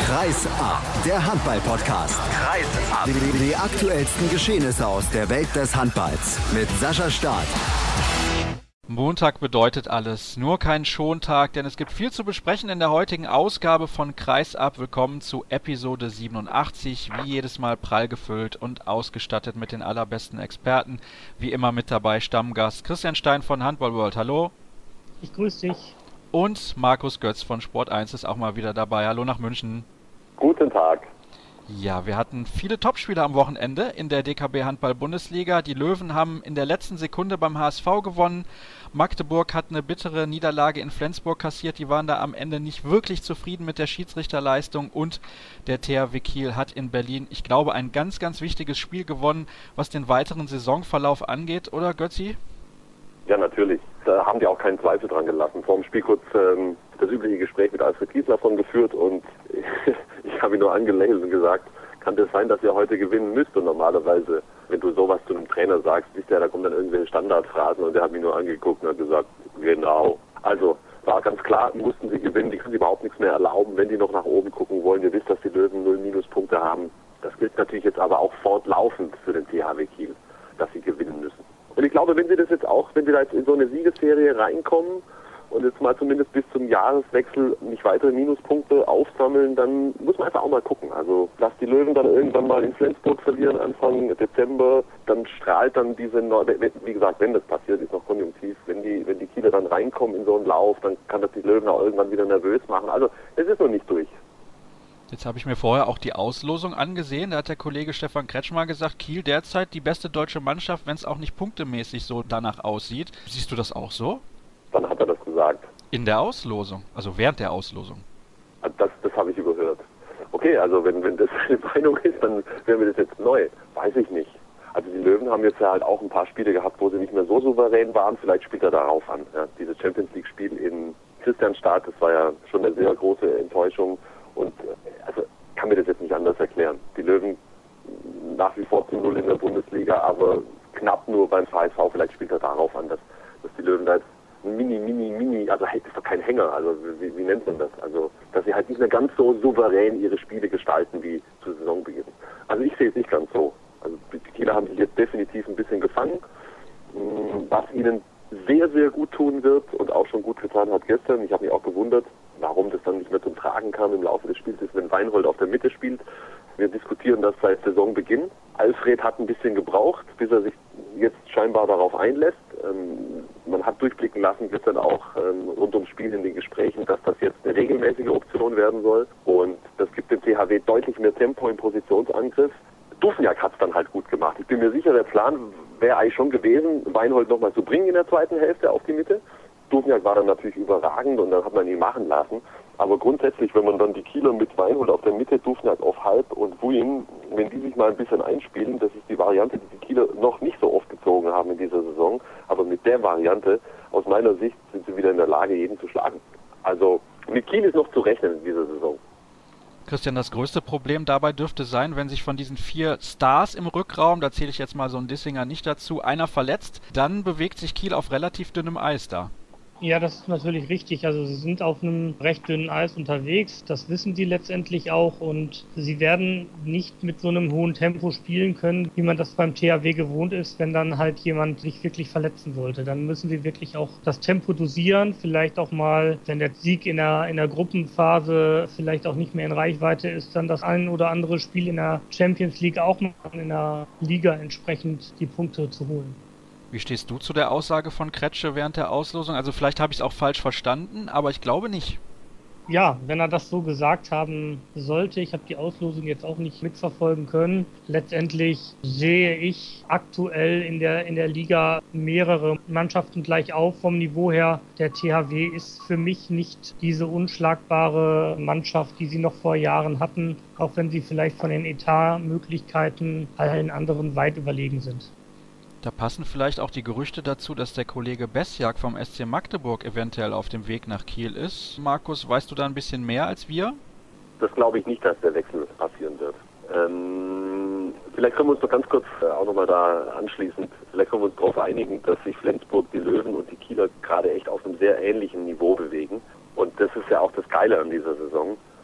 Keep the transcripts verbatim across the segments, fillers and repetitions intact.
Kreis ab, der Handball-Podcast. Kreis ab. Die, die aktuellsten Geschehnisse aus der Welt des Handballs mit Sascha Staat. Montag bedeutet alles, nur kein Schontag, denn es gibt viel zu besprechen in der heutigen Ausgabe von Kreis ab. Willkommen zu Episode siebenundachtzig, wie jedes Mal prall gefüllt und ausgestattet mit den allerbesten Experten. Wie immer mit dabei Stammgast Christian Stein von Handball World. Hallo. Ich grüße dich. Und Markus Götz von Sport eins ist auch mal wieder dabei. Hallo nach München. Guten Tag. Ja, wir hatten viele Topspiele am Wochenende in der D K B Handball-Bundesliga. Die Löwen haben in der letzten Sekunde beim H S V gewonnen. Magdeburg hat eine bittere Niederlage in Flensburg kassiert. Die waren da am Ende nicht wirklich zufrieden mit der Schiedsrichterleistung. Und der T H W Kiel hat in Berlin, ich glaube, ein ganz, ganz wichtiges Spiel gewonnen, was den weiteren Saisonverlauf angeht. Oder, Götzi? Ja, natürlich. Da haben die auch keinen Zweifel dran gelassen. Vor dem Spiel kurz ähm, das übliche Gespräch mit Alfred Giesler von geführt und ich habe ihn nur angelächelt und gesagt, kann das sein, dass ihr heute gewinnen müsst? Und normalerweise, wenn du sowas zu einem Trainer sagst, wisst ihr, da kommen dann irgendwelche Standardphrasen und der hat mich nur angeguckt und hat gesagt, genau. Also war ganz klar, mussten sie gewinnen, die können sich überhaupt nichts mehr erlauben, wenn die noch nach oben gucken wollen. Ihr wisst, dass die Löwen null Minuspunkte haben. Das gilt natürlich jetzt aber auch fortlaufend für den T H W Kiel, dass sie gewinnen müssen. Und ich glaube, wenn sie das jetzt auch, wenn sie da jetzt in so eine Siegesserie reinkommen und jetzt mal zumindest bis zum Jahreswechsel nicht weitere Minuspunkte aufsammeln, dann muss man einfach auch mal gucken. Also, dass die Löwen dann irgendwann mal in Flensburg verlieren Anfang Dezember, dann strahlt dann diese, wie gesagt, wenn das passiert, ist noch konjunktiv, wenn die, wenn die Kieler dann reinkommen in so einen Lauf, dann kann das die Löwen auch irgendwann wieder nervös machen. Also, es ist noch nicht durch. Jetzt habe ich mir vorher auch die Auslosung angesehen. Da hat der Kollege Stefan Kretschmer gesagt, Kiel derzeit die beste deutsche Mannschaft, wenn es auch nicht punktemäßig so danach aussieht. Siehst du das auch so? Wann hat er das gesagt? In der Auslosung, also während der Auslosung. Das, das habe ich überhört. Okay, also wenn, wenn das eine Meinung ist, dann wäre mir das jetzt neu. Weiß ich nicht. Also die Löwen haben jetzt ja halt auch ein paar Spiele gehabt, wo sie nicht mehr so souverän waren. Vielleicht spielt er darauf an. Ja, dieses Champions League Spiel in Christianstadt, das war ja schon eine sehr große Enttäuschung. Und also kann mir das jetzt nicht anders erklären. Die Löwen nach wie vor zu null in der Bundesliga, aber knapp nur beim H S V. Vielleicht spielt er darauf an, dass, dass die Löwen da jetzt mini, mini, mini, also halt ist doch kein Hänger, also wie, wie nennt man das? Also, dass sie halt nicht mehr ganz so souverän ihre Spiele gestalten wie zu Saisonbeginn. Also ich sehe es nicht ganz so. Also die Kieler haben sich jetzt definitiv ein bisschen gefangen, was ihnen sehr, sehr gut tun wird und auch schon gut getan hat gestern. Ich habe mich auch gewundert, warum das dann nicht mehr zum Tragen kam im Laufe des Spiels, ist, wenn Weinhold auf der Mitte spielt. Wir diskutieren das seit Saisonbeginn. Alfred hat ein bisschen gebraucht, bis er sich jetzt scheinbar darauf einlässt. Ähm, man hat durchblicken lassen, gestern auch ähm, rund ums Spiel in den Gesprächen, dass das jetzt eine regelmäßige Option werden soll. Und das gibt dem T H W deutlich mehr Tempo im Positionsangriff. Dufniak hat es dann halt gut gemacht. Ich bin mir sicher, der Plan wäre eigentlich schon gewesen, Weinhold nochmal zu bringen in der zweiten Hälfte auf die Mitte. Dufniak war dann natürlich überragend und dann hat man ihn machen lassen. Aber grundsätzlich, wenn man dann die Kieler mit Weinhold auf der Mitte, Dufniak auf halb und Wuin, wenn die sich mal ein bisschen einspielen, das ist die Variante, die die Kieler noch nicht so oft gezogen haben in dieser Saison. Aber mit der Variante, aus meiner Sicht, sind sie wieder in der Lage, jeden zu schlagen. Also mit Kiel ist noch zu rechnen in dieser Saison. Christian, das größte Problem dabei dürfte sein, wenn sich von diesen vier Stars im Rückraum, da zähle ich jetzt mal so einen Dissinger nicht dazu, einer verletzt, dann bewegt sich Kiel auf relativ dünnem Eis da. Ja, das ist natürlich richtig. Also sie sind auf einem recht dünnen Eis unterwegs. Das wissen die letztendlich auch. Und sie werden nicht mit so einem hohen Tempo spielen können, wie man das beim T H W gewohnt ist, wenn dann halt jemand sich wirklich verletzen sollte. Dann müssen sie wirklich auch das Tempo dosieren. Vielleicht auch mal, wenn der Sieg in der, in der Gruppenphase vielleicht auch nicht mehr in Reichweite ist, dann das ein oder andere Spiel in der Champions League auch mal in der Liga entsprechend die Punkte zu holen. Wie stehst du zu der Aussage von Kretsche während der Auslosung? Also vielleicht habe ich es auch falsch verstanden, aber ich glaube nicht. Ja, wenn er das so gesagt haben sollte, ich habe die Auslosung jetzt auch nicht mitverfolgen können. Letztendlich sehe ich aktuell in der, in der Liga mehrere Mannschaften gleich auf vom Niveau her. Der T H W ist für mich nicht diese unschlagbare Mannschaft, die sie noch vor Jahren hatten, auch wenn sie vielleicht von den Etatmöglichkeiten allen anderen weit überlegen sind. Da passen vielleicht auch die Gerüchte dazu, dass der Kollege Besjak vom S C Magdeburg eventuell auf dem Weg nach Kiel ist. Markus, weißt du da ein bisschen mehr als wir? Das glaube ich nicht, dass der Wechsel passieren wird. Ähm, vielleicht können wir uns noch ganz kurz äh, auch nochmal da anschließend, vielleicht können wir uns darauf einigen, dass sich Flensburg, die Löwen und die Kieler gerade echt auf einem sehr ähnlichen Niveau bewegen. Und das ist ja auch das Geile an dieser Saison. Ich kann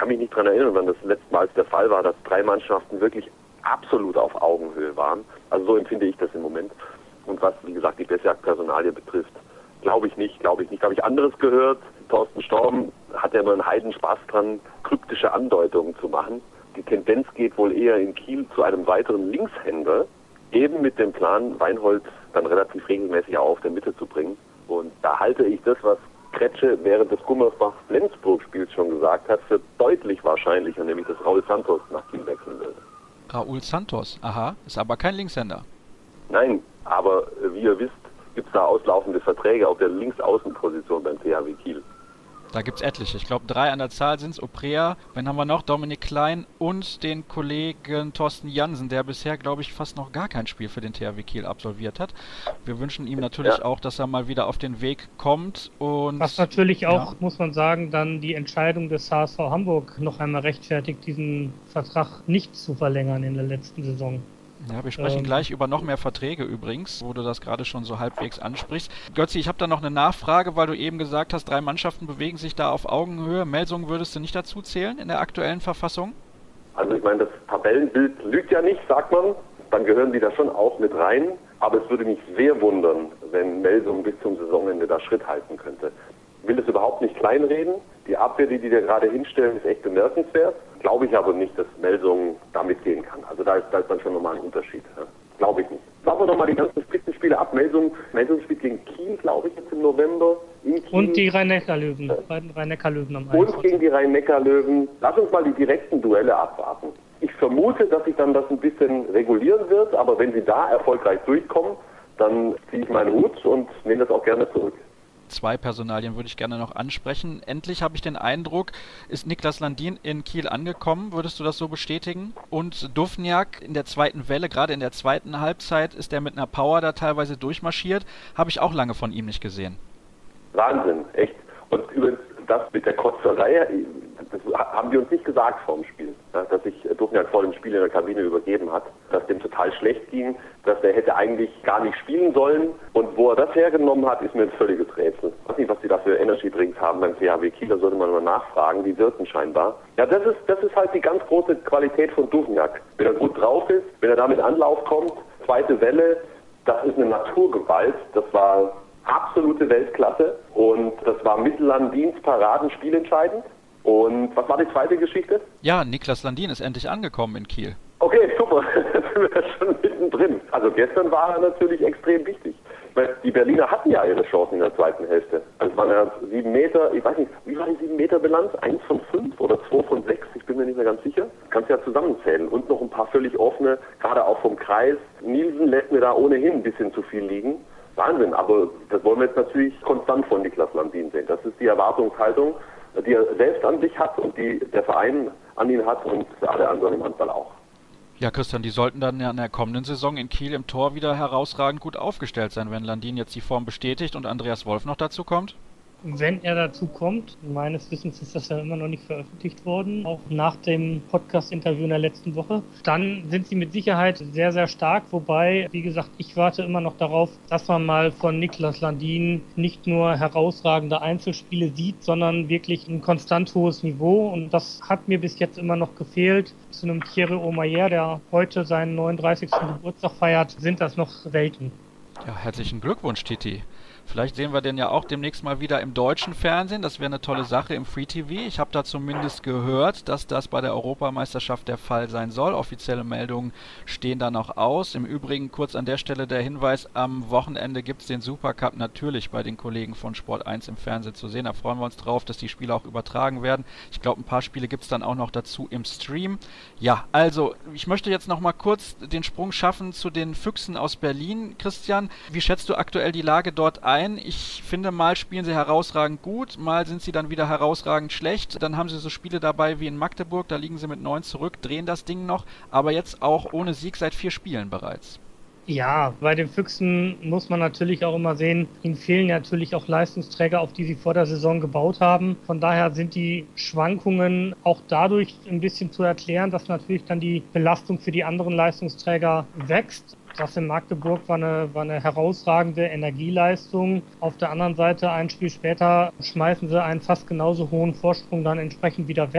kann mich nicht daran erinnern, wann das letzte Mal der Fall war, dass drei Mannschaften wirklich absolut auf Augenhöhe waren. Also so empfinde ich das im Moment. Und was, wie gesagt, die Besjagd-Personalie betrifft, glaube ich nicht, glaube ich nicht. Habe ich anderes gehört? Thorsten Storm hat ja immer einen Heidenspaß dran, kryptische Andeutungen zu machen. Die Tendenz geht wohl eher in Kiel zu einem weiteren Linkshänder, eben mit dem Plan, Weinhold dann relativ regelmäßig auf der Mitte zu bringen. Und da halte ich das, was Kretsche während des Gummersbach-Flensburg-Spiels schon gesagt hat, für deutlich wahrscheinlicher, nämlich dass Raúl Santos nach Kiel wechseln wird. Raúl Santos, aha, ist aber kein Linkshänder. Nein, aber äh, wie ihr wisst, gibt es da auslaufende Verträge auf der Linksaußenposition beim T H W Kiel. Da gibt es etliche. Ich glaube, drei an der Zahl sind es. Oprea, wen haben wir noch? Dominik Klein und den Kollegen Thorsten Jansen, der bisher, glaube ich, fast noch gar kein Spiel für den T H W Kiel absolviert hat. Wir wünschen ihm natürlich ja. auch, dass er mal wieder auf den Weg kommt. Und was natürlich auch, ja. muss man sagen, dann die Entscheidung des H S V Hamburg noch einmal rechtfertigt, diesen Vertrag nicht zu verlängern in der letzten Saison. Ja, wir sprechen ähm, gleich über noch mehr Verträge übrigens, wo du das gerade schon so halbwegs ansprichst. Götzi, ich habe da noch eine Nachfrage, weil du eben gesagt hast, drei Mannschaften bewegen sich da auf Augenhöhe. Melsungen würdest du nicht dazu zählen in der aktuellen Verfassung? Also ich meine, das Tabellenbild lügt ja nicht, sagt man. Dann gehören die da schon auch mit rein. Aber es würde mich sehr wundern, wenn Melsungen bis zum Saisonende da Schritt halten könnte. Ich will das überhaupt nicht kleinreden. Die Abwehr, die die da gerade hinstellen, ist echt bemerkenswert. Glaube ich aber nicht, dass Melsungen da mitgehen kann. Also da ist, da ist dann schon nochmal ein Unterschied. Ja. Glaube ich nicht. Sagen wir nochmal die ganzen Spitzenspiele ab. Melsungen, Melsungen spielt gegen Kiel, glaube ich, jetzt im November. In Kiel. Und die Rhein-Neckar-Löwen. Ja. Beiden Rhein-Neckar-Löwen am Und einundzwanzigsten gegen die Rhein-Neckar-Löwen. Lass uns mal die direkten Duelle abwarten. Ich vermute, dass sich dann das ein bisschen regulieren wird, aber wenn sie da erfolgreich durchkommen, dann ziehe ich meinen Hut und nehme das auch gerne zurück. Zwei Personalien würde ich gerne noch ansprechen. Endlich habe ich den Eindruck, ist Niklas Landin in Kiel angekommen. Würdest du das so bestätigen? Und Duvniak in der zweiten Welle, gerade in der zweiten Halbzeit, ist er mit einer Power da teilweise durchmarschiert. Habe ich auch lange von ihm nicht gesehen. Wahnsinn, echt. Und übrigens, das mit der Kotzerei, das haben die uns nicht gesagt vor dem Spiel, dass sich Duvniak vor dem Spiel in der Kabine übergeben hat, dass dem total schlecht ging, dass er hätte eigentlich gar nicht spielen sollen. Und wo er das hergenommen hat, ist mir ein völliges Rätsel. Ich weiß nicht, was die da für Energy Drinks haben beim T H W Kiel, da sollte man mal nachfragen, die wirken scheinbar. Ja, das ist, das ist halt die ganz große Qualität von Duvniak. Wenn er gut drauf ist, wenn er da mit Anlauf kommt, zweite Welle, das ist eine Naturgewalt, das war absolute Weltklasse und das war mit Landins Paraden spielentscheidend. Und was war die zweite Geschichte? Ja, Niklas Landin ist endlich angekommen in Kiel. Okay, super, da sind wir schon mittendrin. Also gestern war er natürlich extrem wichtig. Weil die Berliner hatten ja ihre Chancen in der zweiten Hälfte. Also es waren ja sieben Meter, ich weiß nicht, wie war die sieben Meter Bilanz? Eins von fünf oder zwei von sechs? Ich bin mir nicht mehr ganz sicher. Kannst ja zusammenzählen. Und noch ein paar völlig offene, gerade auch vom Kreis. Nielsen lässt mir da ohnehin ein bisschen zu viel liegen. Wahnsinn, aber das wollen wir jetzt natürlich konstant von Niklas Landin sehen. Das ist die Erwartungshaltung, die er selbst an sich hat und die der Verein an ihn hat und alle anderen im Handball auch. Ja, Christian, die sollten dann ja in der kommenden Saison in Kiel im Tor wieder herausragend gut aufgestellt sein, wenn Landin jetzt die Form bestätigt und Andreas Wolf noch dazu kommt. Wenn er dazu kommt, meines Wissens ist das ja immer noch nicht veröffentlicht worden, auch nach dem Podcast-Interview in der letzten Woche, dann sind sie mit Sicherheit sehr, sehr stark. Wobei, wie gesagt, ich warte immer noch darauf, dass man mal von Niklas Landin nicht nur herausragende Einzelspiele sieht, sondern wirklich ein konstant hohes Niveau. Und das hat mir bis jetzt immer noch gefehlt. Zu einem Thierry Omeyer, der heute seinen neununddreißigsten Geburtstag feiert, sind das noch Welten. Ja, herzlichen Glückwunsch, Titi. Vielleicht sehen wir den ja auch demnächst mal wieder im deutschen Fernsehen. Das wäre eine tolle Sache im Free T V. Ich habe da zumindest gehört, dass das bei der Europameisterschaft der Fall sein soll. Offizielle Meldungen stehen da noch aus. Im Übrigen kurz an der Stelle der Hinweis, am Wochenende gibt es den Supercup natürlich bei den Kollegen von Sport eins im Fernsehen zu sehen. Da freuen wir uns drauf, dass die Spiele auch übertragen werden. Ich glaube, ein paar Spiele gibt es dann auch noch dazu im Stream. Ja, also ich möchte jetzt noch mal kurz den Sprung schaffen zu den Füchsen aus Berlin. Christian, wie schätzt du aktuell die Lage dort ein? Ich finde, mal spielen sie herausragend gut, mal sind sie dann wieder herausragend schlecht. Dann haben sie so Spiele dabei wie in Magdeburg, da liegen sie mit neun zurück, drehen das Ding noch, aber jetzt auch ohne Sieg seit vier Spielen bereits. Ja, bei den Füchsen muss man natürlich auch immer sehen, ihnen fehlen natürlich auch Leistungsträger, auf die sie vor der Saison gebaut haben. Von daher sind die Schwankungen auch dadurch ein bisschen zu erklären, dass natürlich dann die Belastung für die anderen Leistungsträger wächst. Das in Magdeburg war eine, war eine herausragende Energieleistung. Auf der anderen Seite, ein Spiel später, schmeißen sie einen fast genauso hohen Vorsprung dann entsprechend wieder weg.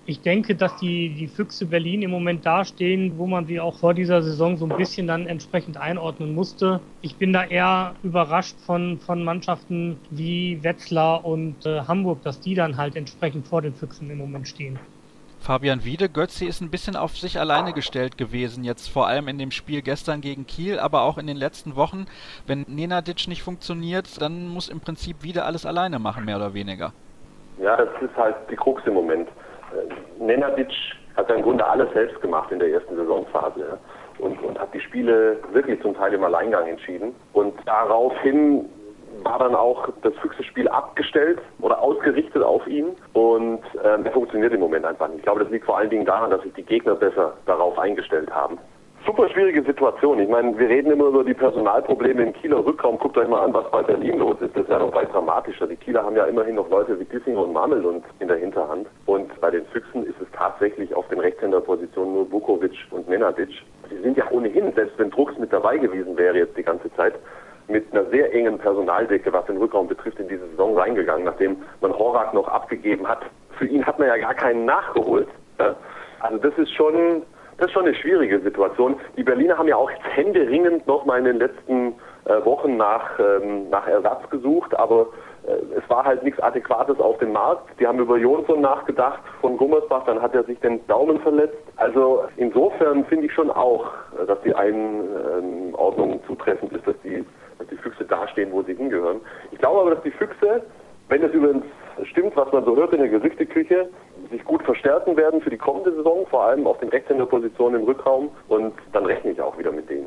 Ich denke, dass die, die Füchse Berlin im Moment dastehen, wo man sie auch vor dieser Saison so ein bisschen dann entsprechend einordnen musste. Ich bin da eher überrascht von, von Mannschaften wie Wetzlar und äh, Hamburg, dass die dann halt entsprechend vor den Füchsen im Moment stehen. Fabian Wiede, Götze ist ein bisschen auf sich alleine gestellt gewesen, jetzt vor allem in dem Spiel gestern gegen Kiel, aber auch in den letzten Wochen. Wenn Nenadic nicht funktioniert, dann muss im Prinzip Wiede alles alleine machen, mehr oder weniger. Ja, das ist halt die Krux im Moment. Nenadic hat ja im Grunde alles selbst gemacht in der ersten Saisonphase, ja, und, und hat die Spiele wirklich zum Teil im Alleingang entschieden. Und daraufhin war dann auch das Füchse-Spiel abgestellt oder ausgerichtet auf ihn und ähm, er funktioniert im Moment einfach nicht. Ich glaube, das liegt vor allen Dingen daran, dass sich die Gegner besser darauf eingestellt haben. Super schwierige Situation. Ich meine, wir reden immer über die Personalprobleme im Kieler Rückraum. Guckt euch mal an, was bei Berlin los ist. Das ist ja noch weit dramatischer. Die Kieler haben ja immerhin noch Leute wie Dissinger und Mamelund in der Hinterhand. Und bei den Füchsen ist es tatsächlich auf den Rechtshänderpositionen nur Vukovic und Nenadic. Die sind ja ohnehin, selbst wenn Drucks mit dabei gewesen wäre jetzt die ganze Zeit, mit einer sehr engen Personaldecke, was den Rückraum betrifft, in diese Saison reingegangen, nachdem man Horak noch abgegeben hat. Für ihn hat man ja gar keinen nachgeholt. Ja? Also das ist schon... Das ist schon eine schwierige Situation. Die Berliner haben ja auch händeringend noch mal in den letzten äh, Wochen nach, ähm, nach Ersatz gesucht, aber äh, es war halt nichts Adäquates auf dem Markt. Die haben über Jonsson nachgedacht von Gummersbach, dann hat er sich den Daumen verletzt. Also insofern finde ich schon auch, dass die Einordnung zutreffend ist, dass die, dass die Füchse dastehen, wo sie hingehören. Ich glaube aber, dass die Füchse, wenn es übrigens stimmt, was man so hört in der Gerüchteküche, sich gut verstärken werden für die kommende Saison, vor allem auf den Rechtshänderpositionen im Rückraum, und dann rechne ich auch wieder mit denen.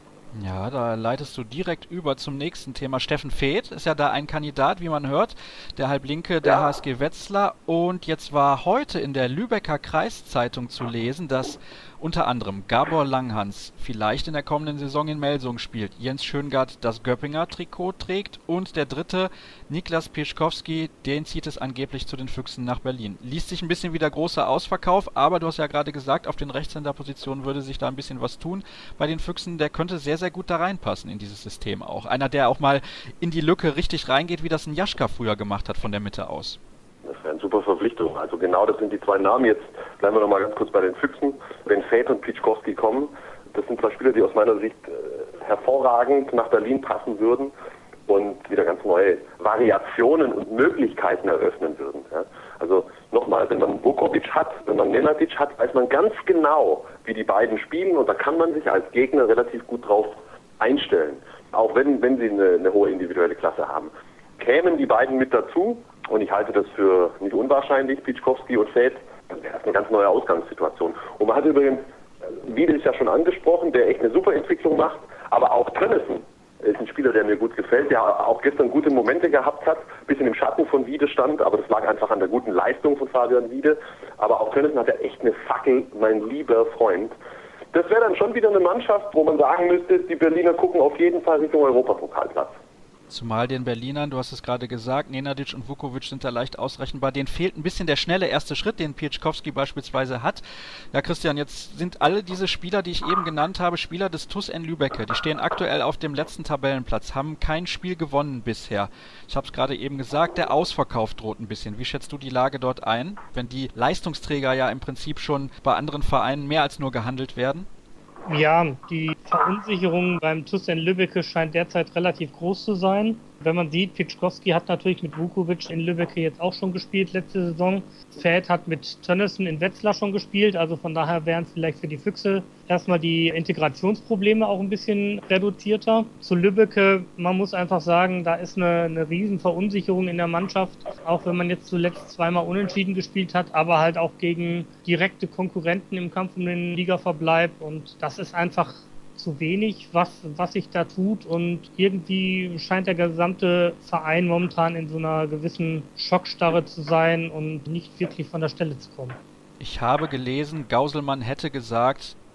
Ja, da leitest du direkt über zum nächsten Thema. Steffen Feeth ist ja da ein Kandidat, wie man hört, der Halblinke der Ja. H S G Wetzlar. Und jetzt war heute in der Lübecker Kreiszeitung zu lesen, dass unter anderem Gabor Langhans vielleicht in der kommenden Saison in Melsung spielt, Jens Schöngard das Göppinger Trikot trägt und der dritte, Niklas Pieszkowski, den zieht es angeblich zu den Füchsen nach Berlin. Liest sich ein bisschen wie der große Ausverkauf, aber du hast ja gerade gesagt, auf den Rechtshänderpositionen würde sich da ein bisschen was tun. Bei den Füchsen, der könnte sehr, sehr gut da reinpassen in dieses System auch. Einer, der auch mal in die Lücke richtig reingeht, wie das ein Jaschka früher gemacht hat von der Mitte aus. Das wäre eine super Verpflichtung. Also genau, das sind die zwei Namen. Jetzt bleiben wir noch mal ganz kurz bei den Füchsen. Wenn Feeth und Pieszkowski kommen, das sind zwei Spieler, die aus meiner Sicht äh, hervorragend nach Berlin passen würden und wieder ganz neue Variationen und Möglichkeiten eröffnen würden. Ja? Also nochmal, wenn man Vukovic hat, wenn man Nenadic hat, weiß man ganz genau, wie die beiden spielen, und da kann man sich als Gegner relativ gut drauf einstellen. Auch wenn, wenn sie eine, eine hohe individuelle Klasse haben. Kämen die beiden mit dazu, und ich halte das für nicht unwahrscheinlich, Pieszkowski und Feeth, dann wäre das eine ganz neue Ausgangssituation. Und man hat übrigens, Wiede ist ja schon angesprochen, der echt eine super Entwicklung macht, aber auch Tönnissen ist ein Spieler, der mir gut gefällt, der auch gestern gute Momente gehabt hat, ein bisschen im Schatten von Wiede stand, aber das lag einfach an der guten Leistung von Fabian Wiede. Aber auch Tönnissen hat ja echt eine Fackel, mein lieber Freund. Das wäre dann schon wieder eine Mannschaft, wo man sagen müsste, die Berliner gucken auf jeden Fall Richtung Europapokalplatz. Zumal den Berlinern, du hast es gerade gesagt, Nenadic und Vukovic sind da leicht ausrechenbar. Denen fehlt ein bisschen der schnelle erste Schritt, den Pieszkowski beispielsweise hat. Ja, Christian, jetzt sind alle diese Spieler, die ich eben genannt habe, Spieler des T U S N Lübbecke. Die stehen aktuell auf dem letzten Tabellenplatz, haben kein Spiel gewonnen bisher. Ich habe es gerade eben gesagt, der Ausverkauf droht ein bisschen. Wie schätzt du die Lage dort ein, wenn die Leistungsträger ja im Prinzip schon bei anderen Vereinen mehr als nur gehandelt werden? Ja, die Verunsicherung beim T U S N Lübbecke scheint derzeit relativ groß zu sein. Wenn man sieht, Pieszkowski hat natürlich mit Vukovic in Lübbecke jetzt auch schon gespielt letzte Saison. Feeth hat mit Tönnissen in Wetzlar schon gespielt, also von daher wären vielleicht für die Füchse erstmal die Integrationsprobleme auch ein bisschen reduzierter. Zu Lübbecke, man muss einfach sagen, da ist eine, eine riesen Verunsicherung in der Mannschaft, auch wenn man jetzt zuletzt zweimal unentschieden gespielt hat, aber halt auch gegen direkte Konkurrenten im Kampf um den Ligaverbleib, und das ist einfach zu wenig, was, was sich da tut, und irgendwie scheint der gesamte Verein momentan in so einer gewissen Schockstarre zu sein und nicht wirklich von der Stelle zu kommen. Ich habe gelesen, Gauselmann hätte gesagt,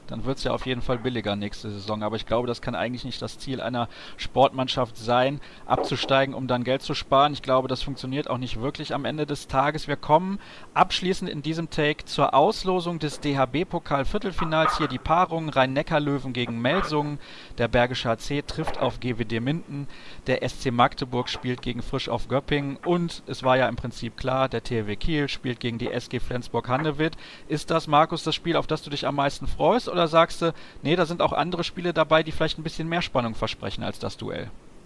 Dann wird es ja auf jeden Fall billiger nächste Saison. Aber ich glaube, das kann eigentlich nicht das Ziel einer Sportmannschaft sein, abzusteigen, um dann Geld zu sparen. Ich glaube, das funktioniert auch nicht wirklich am Ende des Tages. Wir kommen abschließend in diesem Take zur Auslosung des D H B-Pokal-Viertelfinals. Hier die Paarung Rhein-Neckar-Löwen gegen Melsungen. Der Bergische H C trifft auf G W D Minden. Der S C Magdeburg spielt gegen Frisch auf Göppingen. Und es war ja im Prinzip klar, der T H W Kiel spielt gegen die S G Flensburg-Handewitt. Ist das, Markus, das Spiel, auf das du dich am meisten freust? Oder sagst du, nee, da sind auch andere Spiele dabei, die vielleicht ein bisschen mehr Spannung versprechen als das Duell?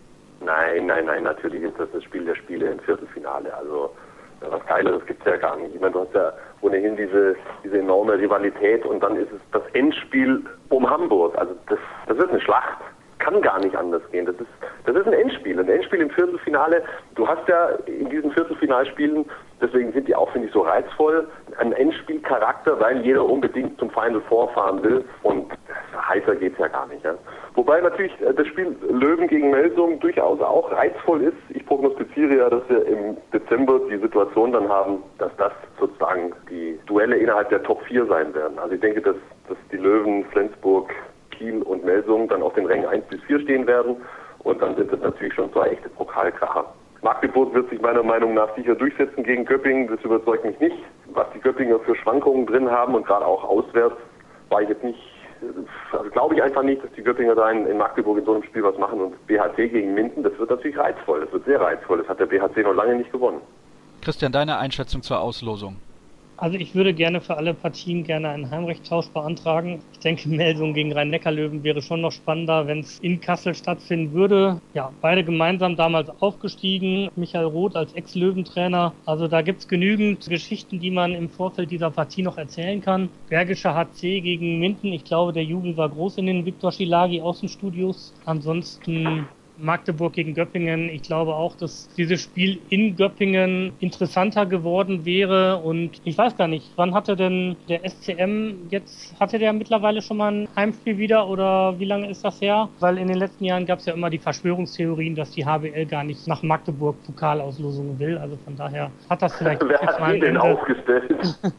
Nein, nein, nein, natürlich ist das das Spiel der Spiele im Viertelfinale. Also was Geileres gibt es ja gar nicht. Ich meine, du hast ja ohnehin diese, diese enorme Rivalität und dann ist es das Endspiel um Hamburg. Also das, das wird eine Schlacht. Kann gar nicht anders gehen. Das ist, das ist ein Endspiel. Ein Endspiel im Viertelfinale. Du hast ja in diesen Viertelfinalspielen, deswegen sind die auch, finde ich, so reizvoll, einen Endspielcharakter, weil jeder unbedingt zum Final Four fahren will. Und heißer geht's ja gar nicht. Ja. Wobei natürlich das Spiel Löwen gegen Melsungen durchaus auch reizvoll ist. Ich prognostiziere ja, dass wir im Dezember die Situation dann haben, dass das sozusagen die Duelle innerhalb der Top vier sein werden. Also ich denke, dass, dass die Löwen, Flensburg, Kiel und Melsungen dann auf den Rängen eins bis vier stehen werden und dann sind das natürlich schon zwei echte Pokalkracher. Magdeburg wird sich meiner Meinung nach sicher durchsetzen gegen Göppingen, das überzeugt mich nicht. Was die Göppinger für Schwankungen drin haben und gerade auch auswärts, war ich jetzt nicht, also glaube ich einfach nicht, dass die Göppinger da in, in Magdeburg in so einem Spiel was machen und B H C gegen Minden, das wird natürlich reizvoll, das wird sehr reizvoll, das hat der B H C noch lange nicht gewonnen. Christian, deine Einschätzung zur Auslosung? Also ich würde gerne für alle Partien gerne einen Heimrechtstausch beantragen. Ich denke, Melsungen gegen Rhein-Neckar-Löwen wäre schon noch spannender, wenn es in Kassel stattfinden würde. Ja, beide gemeinsam damals aufgestiegen. Michael Roth als Ex-Löwentrainer. Also da gibt es genügend Geschichten, die man im Vorfeld dieser Partie noch erzählen kann. Bergischer H C gegen Minden. Ich glaube, der Jubel war groß in den Viktor Schilagi Außenstudios. Ansonsten Magdeburg gegen Göppingen. Ich glaube auch, dass dieses Spiel in Göppingen interessanter geworden wäre und ich weiß gar nicht, wann hatte denn der S C M jetzt, hatte der mittlerweile schon mal ein Heimspiel wieder oder wie lange ist das her? Weil in den letzten Jahren gab es ja immer die Verschwörungstheorien, dass die H B L gar nicht nach Magdeburg Pokalauslosungen will, also von daher hat das vielleicht Wer jetzt hat mal die denn aufgestellt?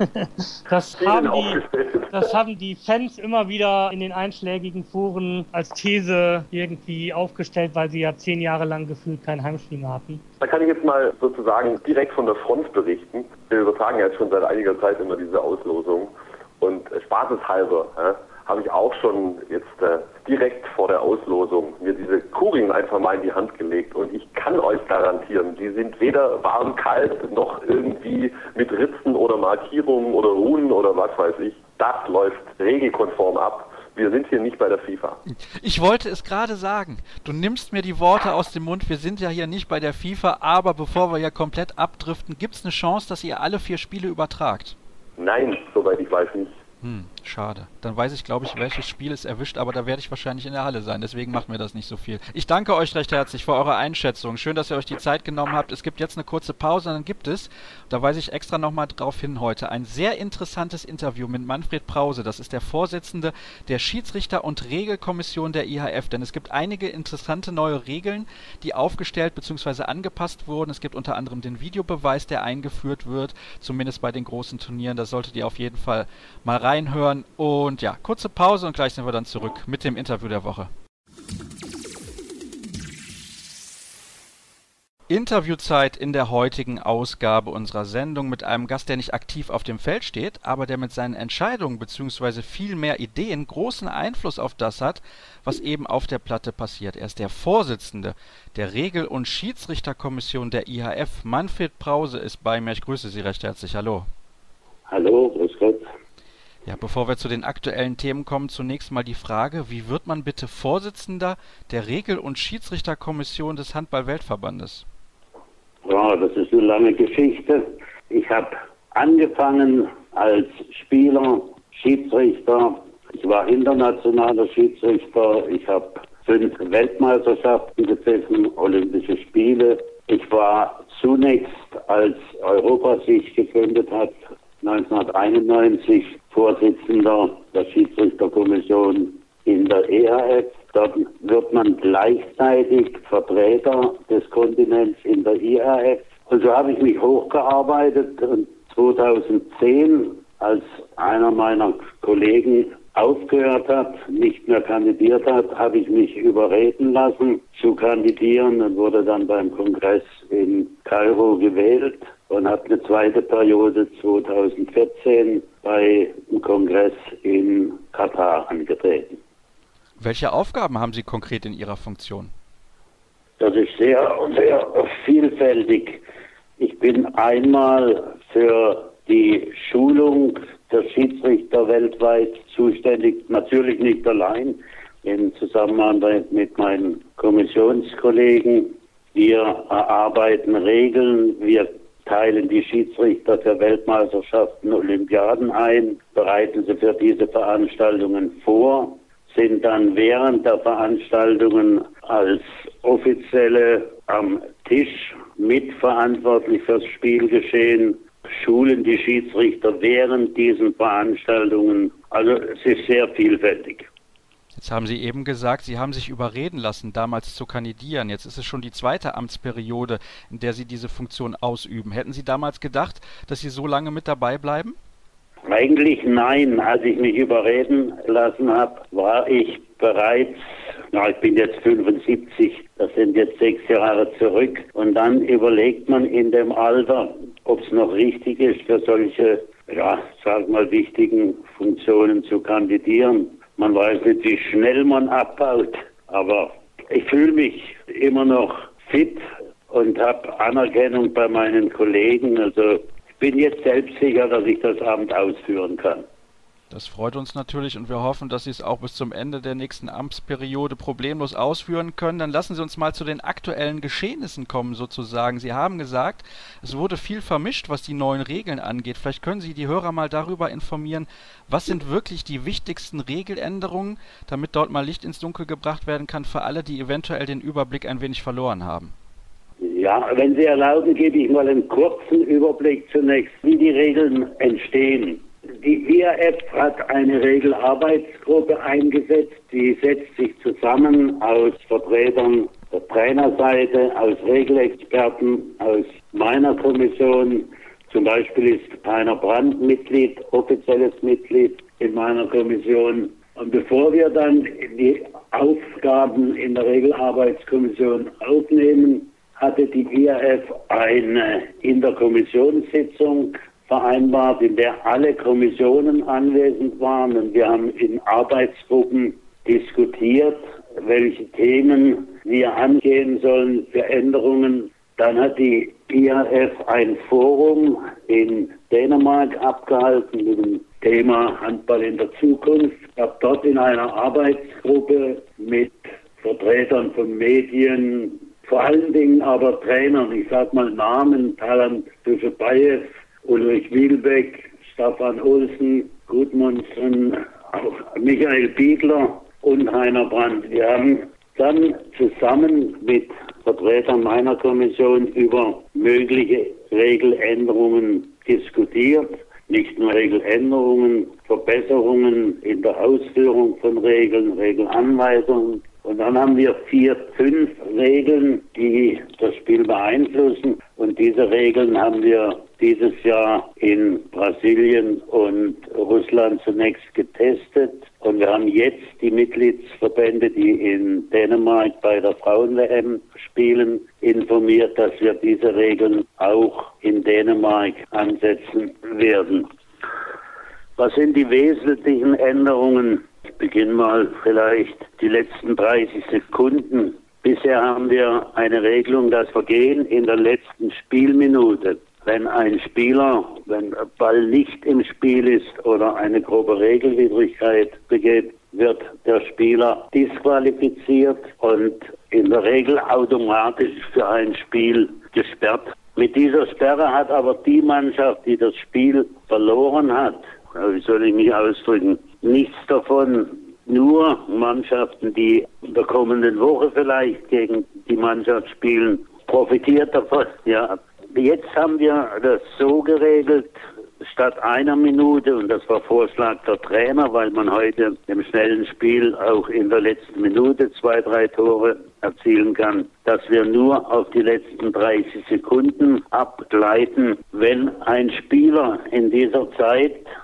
das, haben die, das haben die Fans immer wieder in den einschlägigen Foren als These irgendwie aufgestellt, weil sie ja zehn Jahre lang gefühlt kein Heimspiel mehr hatten. Da kann ich jetzt mal sozusagen direkt von der Front berichten. Wir übertragen ja jetzt schon seit einiger Zeit immer diese Auslosung. Und äh, spaßeshalber äh, habe ich auch schon jetzt äh, direkt vor der Auslosung mir diese Kurien einfach mal in die Hand gelegt. Und ich kann euch garantieren, die sind weder warm, kalt, noch irgendwie mit Ritzen oder Markierungen oder Runen oder was weiß ich. Das läuft regelkonform ab. Wir sind hier nicht bei der FIFA. Ich wollte es gerade sagen. Du nimmst mir die Worte aus dem Mund. Wir sind ja hier nicht bei der FIFA, aber bevor wir ja komplett abdriften, gibt es eine Chance, dass ihr alle vier Spiele übertragt? Nein, soweit ich weiß nicht. Hm, schade. Dann weiß ich, glaube ich, welches Spiel es erwischt, aber da werde ich wahrscheinlich in der Halle sein. Deswegen macht mir das nicht so viel. Ich danke euch recht herzlich für eure Einschätzung. Schön, dass ihr euch die Zeit genommen habt. Es gibt jetzt eine kurze Pause, dann gibt es, da weise ich extra nochmal drauf hin heute, ein sehr interessantes Interview mit Manfred Prause. Das ist der Vorsitzende der Schiedsrichter- und Regelkommission der I H F. Denn es gibt einige interessante neue Regeln, die aufgestellt bzw. angepasst wurden. Es gibt unter anderem den Videobeweis, der eingeführt wird, zumindest bei den großen Turnieren. Da solltet ihr auf jeden Fall mal rein reinhören und ja, kurze Pause und gleich sind wir dann zurück mit dem Interview der Woche. Interviewzeit in der heutigen Ausgabe unserer Sendung mit einem Gast, der nicht aktiv auf dem Feld steht, aber der mit seinen Entscheidungen bzw. viel mehr Ideen großen Einfluss auf das hat, was eben auf der Platte passiert. Er ist der Vorsitzende der Regel- und Schiedsrichterkommission der I H F. Manfred Prause ist bei mir. Ich grüße Sie recht herzlich. Hallo. Hallo, grüß Gott. Ja, bevor wir zu den aktuellen Themen kommen, zunächst mal die Frage, wie wird man bitte Vorsitzender der Regel- und Schiedsrichterkommission des Handball-Weltverbandes? Ja, das ist eine lange Geschichte. Ich habe angefangen als Spieler, Schiedsrichter. Ich war internationaler Schiedsrichter. Ich habe fünf Weltmeisterschaften gepfiffen, Olympische Spiele. Ich war zunächst, als Europa sich gegründet hat, neunzehnhunderteinundneunzig Vorsitzender der Schiedsrichterkommission in der E H F. Dort wird man gleichzeitig Vertreter des Kontinents in der I H F. Und so habe ich mich hochgearbeitet und zweitausendzehn, als einer meiner Kollegen aufgehört hat, nicht mehr kandidiert hat, habe ich mich überreden lassen zu kandidieren und wurde dann beim Kongress in Kairo gewählt und habe eine zweite Periode zweitausendvierzehn bei dem Kongress in Katar angetreten. Welche Aufgaben haben Sie konkret in Ihrer Funktion? Das ist sehr, sehr vielfältig. Ich bin einmal für die Schulung der Schiedsrichter weltweit zuständig, natürlich nicht allein, in Zusammenarbeit mit meinen Kommissionskollegen. Wir erarbeiten Regeln, wir teilen die Schiedsrichter für Weltmeisterschaften, Olympiaden ein, bereiten sie für diese Veranstaltungen vor, sind dann während der Veranstaltungen als Offizielle am Tisch mitverantwortlich fürs Spielgeschehen, schulen die Schiedsrichter während diesen Veranstaltungen. Also es ist sehr vielfältig. Jetzt haben Sie eben gesagt, Sie haben sich überreden lassen, damals zu kandidieren. Jetzt ist es schon die zweite Amtsperiode, in der Sie diese Funktion ausüben. Hätten Sie damals gedacht, dass Sie so lange mit dabei bleiben? Eigentlich nein. Als ich mich überreden lassen habe, war ich bereits, na, ich bin jetzt fünfundsiebzig, das sind jetzt sechs Jahre zurück. Und dann überlegt man in dem Alter, ob es noch richtig ist, für solche, ja, sag mal, wichtigen Funktionen zu kandidieren. Man weiß nicht, wie schnell man abbaut, aber ich fühle mich immer noch fit und habe Anerkennung bei meinen Kollegen. Also ich bin jetzt selbstsicher, dass ich das Amt ausführen kann. Das freut uns natürlich und wir hoffen, dass Sie es auch bis zum Ende der nächsten Amtsperiode problemlos ausführen können. Dann lassen Sie uns mal zu den aktuellen Geschehnissen kommen sozusagen. Sie haben gesagt, es wurde viel vermischt, was die neuen Regeln angeht. Vielleicht können Sie die Hörer mal darüber informieren, was sind wirklich die wichtigsten Regeländerungen, damit dort mal Licht ins Dunkel gebracht werden kann für alle, die eventuell den Überblick ein wenig verloren haben. Ja, wenn Sie erlauben, gebe ich mal einen kurzen Überblick zunächst, wie die Regeln entstehen. Die I A F hat eine Regelarbeitsgruppe eingesetzt, die setzt sich zusammen aus Vertretern der Trainerseite, aus Regelexperten, aus meiner Kommission. Zum Beispiel ist Heiner Brandt Mitglied, offizielles Mitglied in meiner Kommission. Und bevor wir dann die Aufgaben in der Regelarbeitskommission aufnehmen, hatte die I A F eine Interkommissionssitzung vereinbart, in der alle Kommissionen anwesend waren, und wir haben in Arbeitsgruppen diskutiert, welche Themen wir angehen sollen für Änderungen. Dann hat die I A F ein Forum in Dänemark abgehalten mit dem Thema Handball in der Zukunft. Ich habe dort in einer Arbeitsgruppe mit Vertretern von Medien, vor allen Dingen aber Trainern, ich sage mal Namen, Talant Duschebaev, Ulrich Wielbeck, Staffan Olsen, Gudmundsen, auch Michael Biegler und Heiner Brandt. Wir haben dann zusammen mit Vertretern meiner Kommission über mögliche Regeländerungen diskutiert. Nicht nur Regeländerungen, Verbesserungen in der Ausführung von Regeln, Regelanweisungen. Und dann haben wir vier, fünf Regeln, die das Spiel beeinflussen. Und diese Regeln haben wir dieses Jahr in Brasilien und Russland zunächst getestet. Und wir haben jetzt die Mitgliedsverbände, die in Dänemark bei der Frauen-W M spielen, informiert, dass wir diese Regeln auch in Dänemark ansetzen werden. Was sind die wesentlichen Änderungen? Ich beginne mal vielleicht die letzten dreißig Sekunden. Bisher haben wir eine Regelung, das Vergehen in der letzten Spielminute. Wenn ein Spieler, wenn der Ball nicht im Spiel ist oder eine grobe Regelwidrigkeit begeht, wird der Spieler disqualifiziert und in der Regel automatisch für ein Spiel gesperrt. Mit dieser Sperre hat aber die Mannschaft, die das Spiel verloren hat, wie soll ich mich ausdrücken, nichts davon. Nur Mannschaften, die in der kommenden Woche vielleicht gegen die Mannschaft spielen, profitiert davon. Ja. Jetzt haben wir das so geregelt, statt einer Minute, und das war Vorschlag der Trainer, weil man heute im schnellen Spiel auch in der letzten Minute zwei, drei Tore erzielen kann, dass wir nur auf die letzten dreißig Sekunden abgleiten. Wenn ein Spieler in dieser Zeit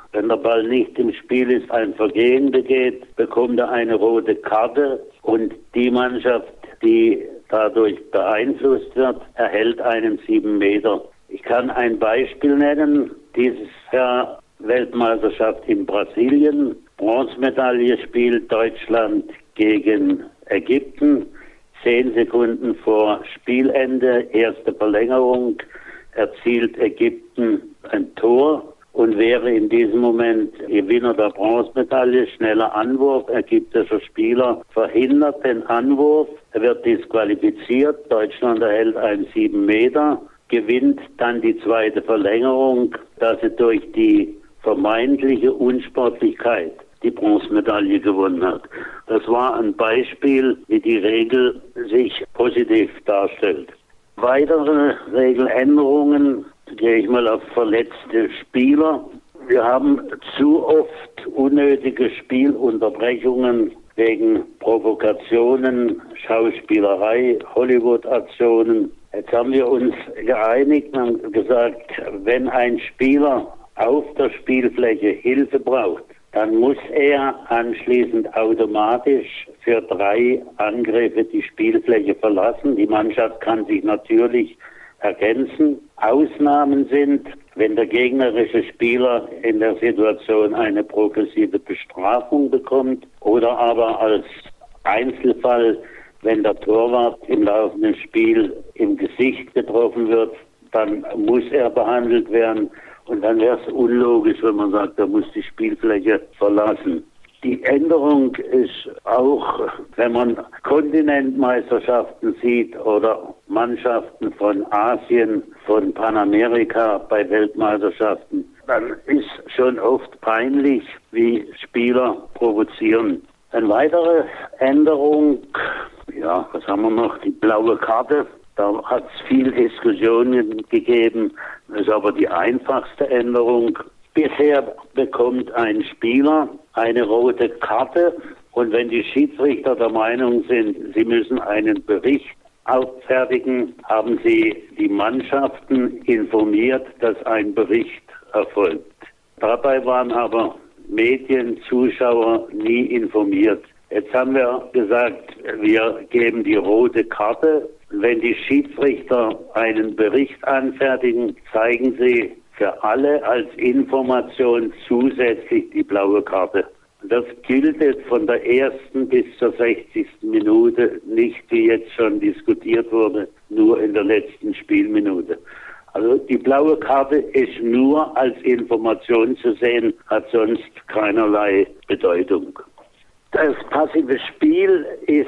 wenn der Ball nicht im Spiel ist, ein Vergehen begeht, bekommt er eine rote Karte und die Mannschaft, die dadurch beeinflusst wird, erhält einen sieben Meter. Ich kann ein Beispiel nennen. Dieses Jahr Weltmeisterschaft in Brasilien. Bronzemedaille spielt Deutschland gegen Ägypten. Zehn Sekunden vor Spielende, erste Verlängerung, erzielt Ägypten ein Tor und wäre in diesem Moment Gewinner der Bronzemedaille. Schneller Anwurf, ägyptischer Spieler verhindert den Anwurf, er wird disqualifiziert, Deutschland erhält einen sieben Meter, gewinnt dann die zweite Verlängerung, da sie durch die vermeintliche Unsportlichkeit die Bronzemedaille gewonnen hat. Das war ein Beispiel, wie die Regel sich positiv darstellt. Weitere Regeländerungen, gehe ich mal auf verletzte Spieler. Wir haben zu oft unnötige Spielunterbrechungen wegen Provokationen, Schauspielerei, Hollywood-Aktionen. Jetzt haben wir uns geeinigt und gesagt, wenn ein Spieler auf der Spielfläche Hilfe braucht, dann muss er anschließend automatisch für drei Angriffe die Spielfläche verlassen. Die Mannschaft kann sich natürlich ergänzen. Ausnahmen sind, wenn der gegnerische Spieler in der Situation eine progressive Bestrafung bekommt oder aber als Einzelfall, wenn der Torwart im laufenden Spiel im Gesicht getroffen wird, dann muss er behandelt werden. Und dann wäre es unlogisch, wenn man sagt, er muss die Spielfläche verlassen. Die Änderung ist auch, wenn man Kontinentmeisterschaften sieht oder Mannschaften von Asien, von Panamerika bei Weltmeisterschaften, dann ist schon oft peinlich, wie Spieler provozieren. Eine weitere Änderung, ja, was haben wir noch? Die blaue Karte. Da hat es viel Diskussionen gegeben. Das ist aber die einfachste Änderung. Bisher bekommt ein Spieler eine rote Karte und wenn die Schiedsrichter der Meinung sind, sie müssen einen Bericht auffertigen, haben sie die Mannschaften informiert, dass ein Bericht erfolgt. Dabei waren aber Medien, Zuschauer nie informiert. Jetzt haben wir gesagt, wir geben die rote Karte. Wenn die Schiedsrichter einen Bericht anfertigen, zeigen sie für alle als Information zusätzlich die blaue Karte. Das gilt jetzt von der ersten bis zur sechzigsten Minute, nicht wie jetzt schon diskutiert wurde, nur in der letzten Spielminute. Also die blaue Karte ist nur als Information zu sehen, hat sonst keinerlei Bedeutung. Das passive Spiel ist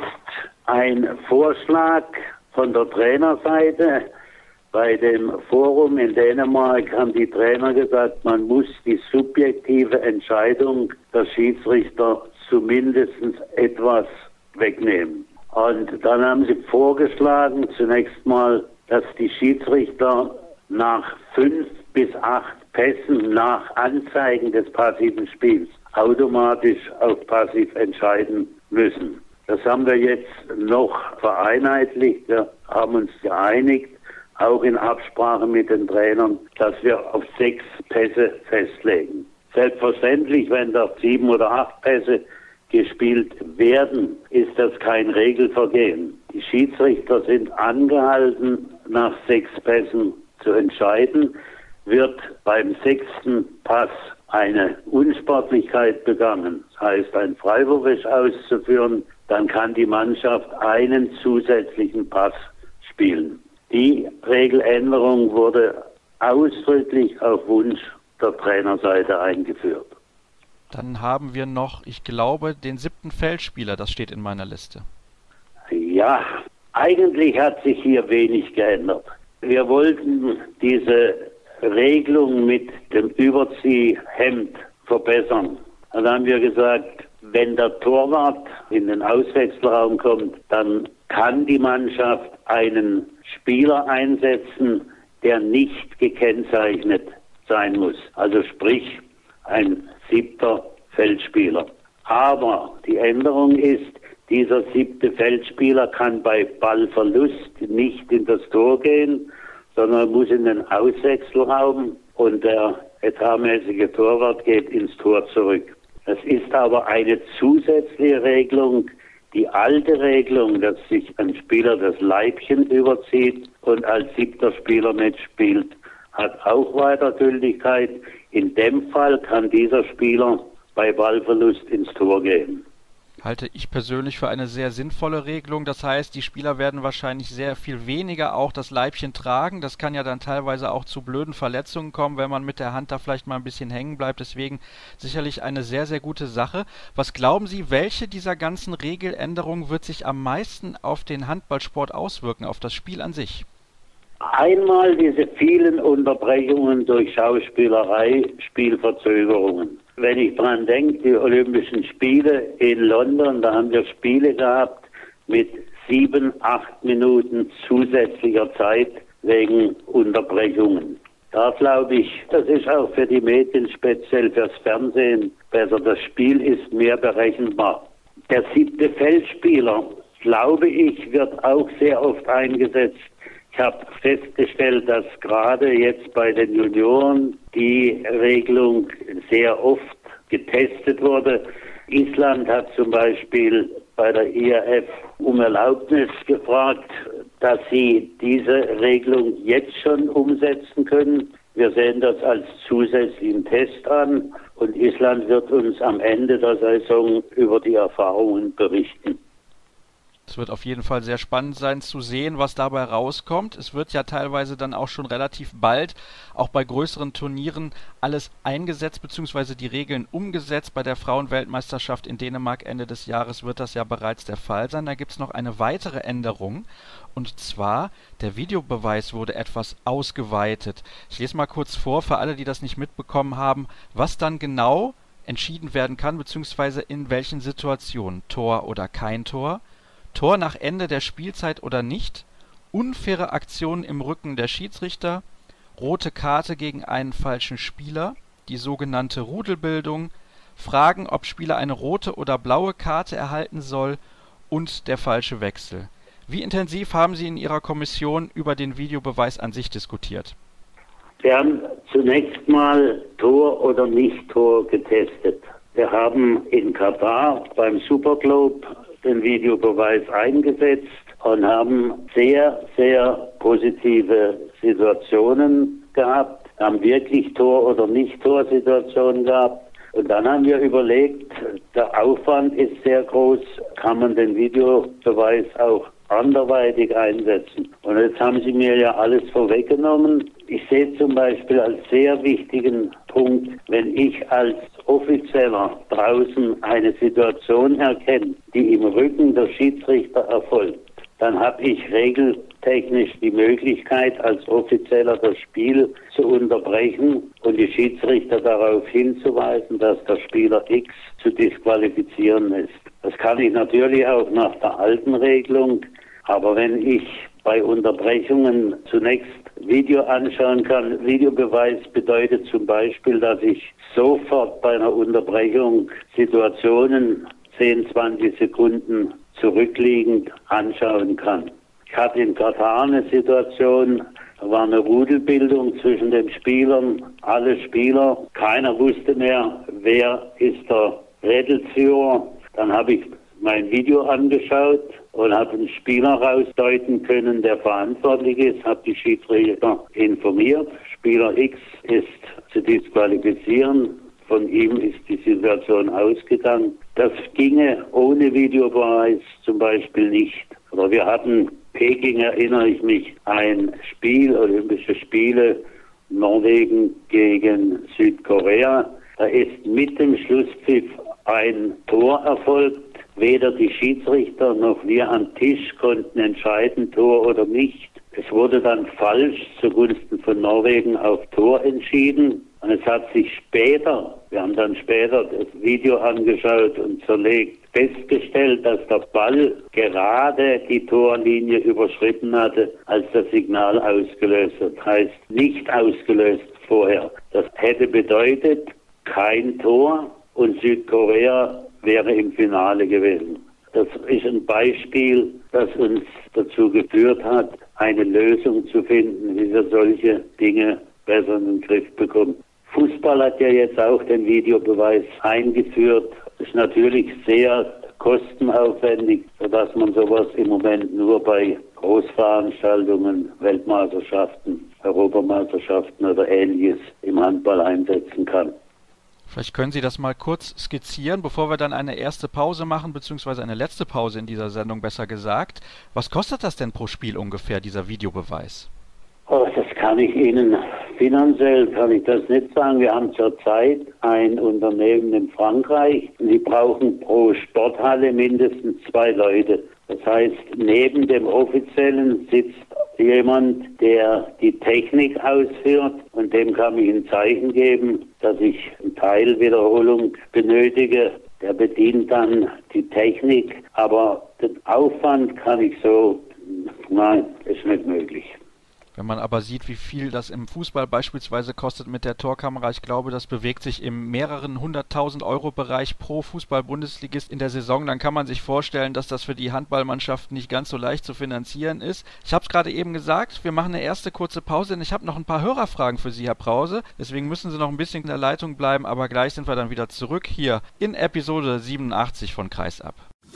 ein Vorschlag von der Trainerseite. Bei dem Forum in Dänemark haben die Trainer gesagt, man muss die subjektive Entscheidung der Schiedsrichter zumindest etwas wegnehmen. Und dann haben sie vorgeschlagen, zunächst mal, dass die Schiedsrichter nach fünf bis acht Pässen nach Anzeigen des passiven Spiels automatisch auf passiv entscheiden müssen. Das haben wir jetzt noch vereinheitlicht. Wir haben uns geeinigt, auch in Absprache mit den Trainern, dass wir auf sechs Pässe festlegen. Selbstverständlich, wenn da sieben oder acht Pässe gespielt werden, ist das kein Regelvergehen. Die Schiedsrichter sind angehalten, nach sechs Pässen zu entscheiden. Wird beim sechsten Pass eine Unsportlichkeit begangen, das heißt ein Freiwurf ist auszuführen, dann kann die Mannschaft einen zusätzlichen Pass spielen. Die Regeländerung wurde ausdrücklich auf Wunsch der Trainerseite eingeführt. Dann haben wir noch, ich glaube, den siebten Feldspieler, das steht in meiner Liste. Ja, eigentlich hat sich hier wenig geändert. Wir wollten diese Regelung mit dem Überziehhemd verbessern. Dann haben wir gesagt, wenn der Torwart in den Auswechselraum kommt, dann kann die Mannschaft einen Spieler einsetzen, der nicht gekennzeichnet sein muss. Also sprich ein siebter Feldspieler. Aber die Änderung ist, dieser siebte Feldspieler kann bei Ballverlust nicht in das Tor gehen, sondern muss in den Auswechselraum und der etatmäßige Torwart geht ins Tor zurück. Das ist aber eine zusätzliche Regelung. Die alte Regelung, dass sich ein Spieler das Leibchen überzieht und als siebter Spieler mitspielt, hat auch weiter Gültigkeit. In dem Fall kann dieser Spieler bei Ballverlust ins Tor gehen. Halte ich persönlich für eine sehr sinnvolle Regelung. Das heißt, die Spieler werden wahrscheinlich sehr viel weniger auch das Leibchen tragen. Das kann ja dann teilweise auch zu blöden Verletzungen kommen, wenn man mit der Hand da vielleicht mal ein bisschen hängen bleibt. Deswegen sicherlich eine sehr, sehr gute Sache. Was glauben Sie, welche dieser ganzen Regeländerungen wird sich am meisten auf den Handballsport auswirken, auf das Spiel an sich? Einmal diese vielen Unterbrechungen durch Schauspielerei, Spielverzögerungen. Wenn ich dran denke, die Olympischen Spiele in London, da haben wir Spiele gehabt mit sieben, acht Minuten zusätzlicher Zeit wegen Unterbrechungen. Da glaube ich, das ist auch für die Medien, speziell fürs Fernsehen, besser. Das Spiel ist mehr berechenbar. Der siebte Feldspieler, glaube ich, wird auch sehr oft eingesetzt. Ich habe festgestellt, dass gerade jetzt bei den Junioren die Regelung sehr oft getestet wurde. Island hat zum Beispiel bei der I A F um Erlaubnis gefragt, dass sie diese Regelung jetzt schon umsetzen können. Wir sehen das als zusätzlichen Test an und Island wird uns am Ende der Saison über die Erfahrungen berichten. Es wird auf jeden Fall sehr spannend sein zu sehen, was dabei rauskommt. Es wird ja teilweise dann auch schon relativ bald, auch bei größeren Turnieren, alles eingesetzt bzw. die Regeln umgesetzt. Bei der Frauenweltmeisterschaft in Dänemark Ende des Jahres wird das ja bereits der Fall sein. Da gibt es noch eine weitere Änderung und zwar der Videobeweis wurde etwas ausgeweitet. Ich lese mal kurz vor für alle, die das nicht mitbekommen haben, was dann genau entschieden werden kann bzw. in welchen Situationen, Tor oder kein Tor, Tor nach Ende der Spielzeit oder nicht, unfaire Aktionen im Rücken der Schiedsrichter, rote Karte gegen einen falschen Spieler, die sogenannte Rudelbildung, Fragen, ob Spieler eine rote oder blaue Karte erhalten soll und der falsche Wechsel. Wie intensiv haben Sie in Ihrer Kommission über den Videobeweis an sich diskutiert? Wir haben zunächst mal Tor oder Nicht-Tor getestet. Wir haben in Katar beim Superglobe den Videobeweis eingesetzt und haben sehr, sehr positive Situationen gehabt, haben wirklich Tor- oder Nicht-Tor-Situationen gehabt. Und dann haben wir überlegt, der Aufwand ist sehr groß, kann man den Videobeweis auch anderweitig einsetzen. Und jetzt haben Sie mir ja alles vorweggenommen. Ich sehe zum Beispiel als sehr wichtigen Punkt, wenn ich als Offizieller draußen eine Situation erkenne, die im Rücken der Schiedsrichter erfolgt, dann habe ich regeltechnisch die Möglichkeit, als Offizieller das Spiel zu unterbrechen und die Schiedsrichter darauf hinzuweisen, dass der Spieler X zu disqualifizieren ist. Das kann ich natürlich auch nach der alten Regelung, aber wenn ich bei Unterbrechungen zunächst Video anschauen kann, Videobeweis bedeutet zum Beispiel, dass ich sofort bei einer Unterbrechung Situationen zehn, zwanzig Sekunden zurückliegend anschauen kann. Ich hatte in Katar eine Situation, da war eine Rudelbildung zwischen den Spielern, alle Spieler, keiner wusste mehr, wer ist der Rädelsführer. Dann habe ich mein Video angeschaut und habe einen Spieler rausdeuten können, der verantwortlich ist, habe die Schiedsrichter informiert. Spieler X ist zu disqualifizieren, von ihm ist die Situation ausgegangen. Das ginge ohne Videobeweis zum Beispiel nicht. Oder wir hatten Peking, erinnere ich mich, ein Spiel, Olympische Spiele, Norwegen gegen Südkorea. Da ist mit dem Schlusspfiff ein Tor erfolgt. Weder die Schiedsrichter noch wir am Tisch konnten entscheiden, Tor oder nicht. Es wurde dann falsch zugunsten von Norwegen auf Tor entschieden. Und es hat sich später, wir haben dann später das Video angeschaut und zerlegt, festgestellt, dass der Ball gerade die Torlinie überschritten hatte, als das Signal ausgelöst wird. Das heißt, nicht ausgelöst vorher. Das hätte bedeutet, kein Tor und Südkorea wäre im Finale gewesen. Das ist ein Beispiel, das uns dazu geführt hat, eine Lösung zu finden, wie wir solche Dinge besser in den Griff bekommen. Fußball Fußball hat ja jetzt auch den Videobeweis eingeführt. Ist natürlich sehr kostenaufwendig, sodass man sowas im Moment nur bei Großveranstaltungen, Weltmeisterschaften, Europameisterschaften oder Ähnliches im Handball einsetzen kann. Vielleicht können Sie das mal kurz skizzieren, bevor wir dann eine erste Pause machen, beziehungsweise eine letzte Pause in dieser Sendung, besser gesagt. Was kostet das denn pro Spiel ungefähr, dieser Videobeweis? Oh, das kann ich Ihnen, finanziell kann ich das nicht sagen. Wir haben zurzeit ein Unternehmen in Frankreich. Die brauchen pro Sporthalle mindestens zwei Leute. Das heißt, neben dem Offiziellen sitzt jemand, der die Technik ausführt, und dem kann ich ein Zeichen geben, dass ich eine Teilwiederholung benötige. Der bedient dann die Technik, aber den Aufwand kann ich so, nein, ist nicht möglich. Wenn man aber sieht, wie viel das im Fußball beispielsweise kostet mit der Torkamera, ich glaube, das bewegt sich im mehreren hunderttausend Euro Bereich pro Fußball-Bundesligist in der Saison, dann kann man sich vorstellen, dass das für die Handballmannschaft nicht ganz so leicht zu finanzieren ist. Ich habe es gerade eben gesagt, wir machen eine erste kurze Pause, denn ich habe noch ein paar Hörerfragen für Sie, Herr Brause. Deswegen müssen Sie noch ein bisschen in der Leitung bleiben, aber gleich sind wir dann wieder zurück hier in Episode siebenundachtzig von Kreisab.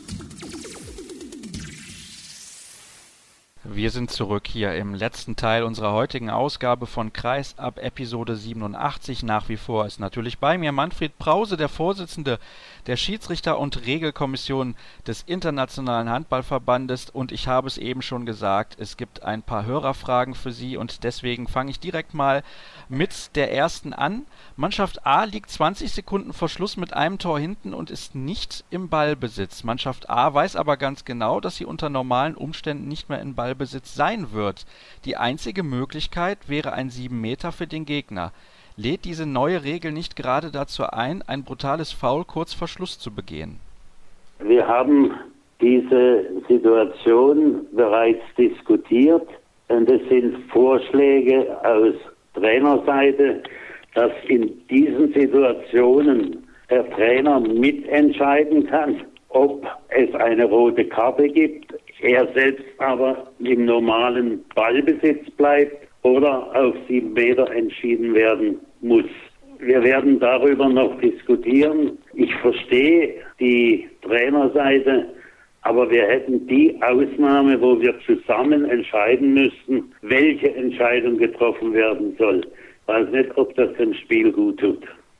Wir sind zurück hier im letzten Teil unserer heutigen Ausgabe von Kreisab Episode siebenundachtzig. Nach wie vor ist natürlich bei mir Manfred Brause, der Vorsitzende der Schiedsrichter- und Regelkommission des Internationalen Handballverbandes. Und ich habe es eben schon gesagt, es gibt ein paar Hörerfragen für Sie und deswegen fange ich direkt mal mit der ersten an. Mannschaft A liegt zwanzig Sekunden vor Schluss mit einem Tor hinten und ist nicht im Ballbesitz. Mannschaft A weiß aber ganz genau, dass sie unter normalen Umständen nicht mehr in Ballbesitz sein wird. Die einzige Möglichkeit wäre ein sieben Meter für den Gegner. Lädt diese neue Regel nicht gerade dazu ein, ein brutales Foul kurz vor Schluss zu begehen? Wir haben diese Situation bereits diskutiert und es sind Vorschläge aus Trainerseite, dass in diesen Situationen der Trainer mitentscheiden kann, ob es eine rote Karte gibt, er selbst aber im normalen Ballbesitz bleibt oder auf sieben Meter entschieden werden muss. Wir werden darüber noch diskutieren. Ich verstehe die Trainerseite, aber wir hätten die Ausnahme, wo wir zusammen entscheiden müssten, welche Entscheidung getroffen werden soll. Ich weiß nicht, ob das dem Spiel gut tut.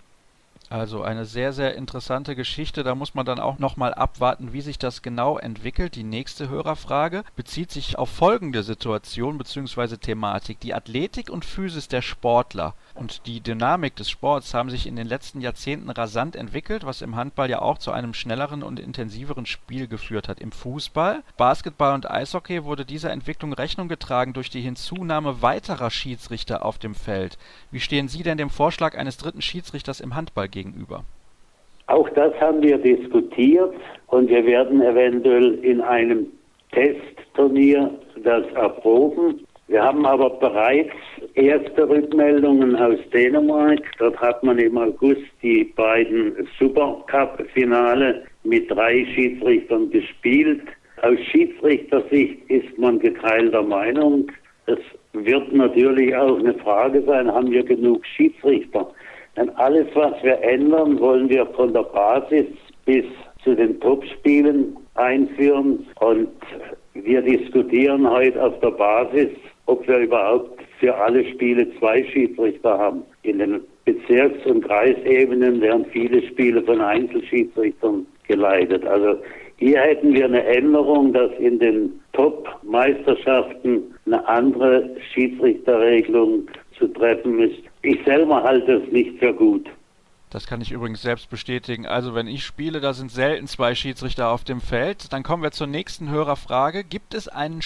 Also eine sehr, sehr interessante Geschichte. Da muss man dann auch nochmal abwarten, wie sich das genau entwickelt. Die nächste Hörerfrage bezieht sich auf folgende Situation bzw. Thematik. Die Athletik und Physis der Sportler und die Dynamik des Sports haben sich in den letzten Jahrzehnten rasant entwickelt, was im Handball ja auch zu einem schnelleren und intensiveren Spiel geführt hat. Im Fußball, Basketball und Eishockey wurde dieser Entwicklung Rechnung getragen durch die Hinzunahme weiterer Schiedsrichter auf dem Feld. Wie stehen Sie denn dem Vorschlag eines dritten Schiedsrichters im Handball gegenüber? Auch das haben wir diskutiert und wir werden eventuell in einem Testturnier das erproben. Wir haben aber bereits erste Rückmeldungen aus Dänemark. Dort hat man im August die beiden Supercup-Finale mit drei Schiedsrichtern gespielt. Aus Schiedsrichtersicht ist man geteilter Meinung. Es wird natürlich auch eine Frage sein, haben wir genug Schiedsrichter? Denn alles, was wir ändern, wollen wir von der Basis bis zu den Topspielen einführen. Und wir diskutieren heute auf der Basis, ob wir überhaupt für alle Spiele zwei Schiedsrichter haben. In den Bezirks- und Kreisebenen werden viele Spiele von Einzelschiedsrichtern geleitet. Also hier hätten wir eine Änderung, dass in den Top-Meisterschaften eine andere Schiedsrichterregelung zu treffen ist. Ich selber halte es nicht für gut. Das kann ich übrigens selbst bestätigen. Also wenn ich spiele, da sind selten zwei Schiedsrichter auf dem Feld. Dann kommen wir zur nächsten Hörerfrage. Gibt es einen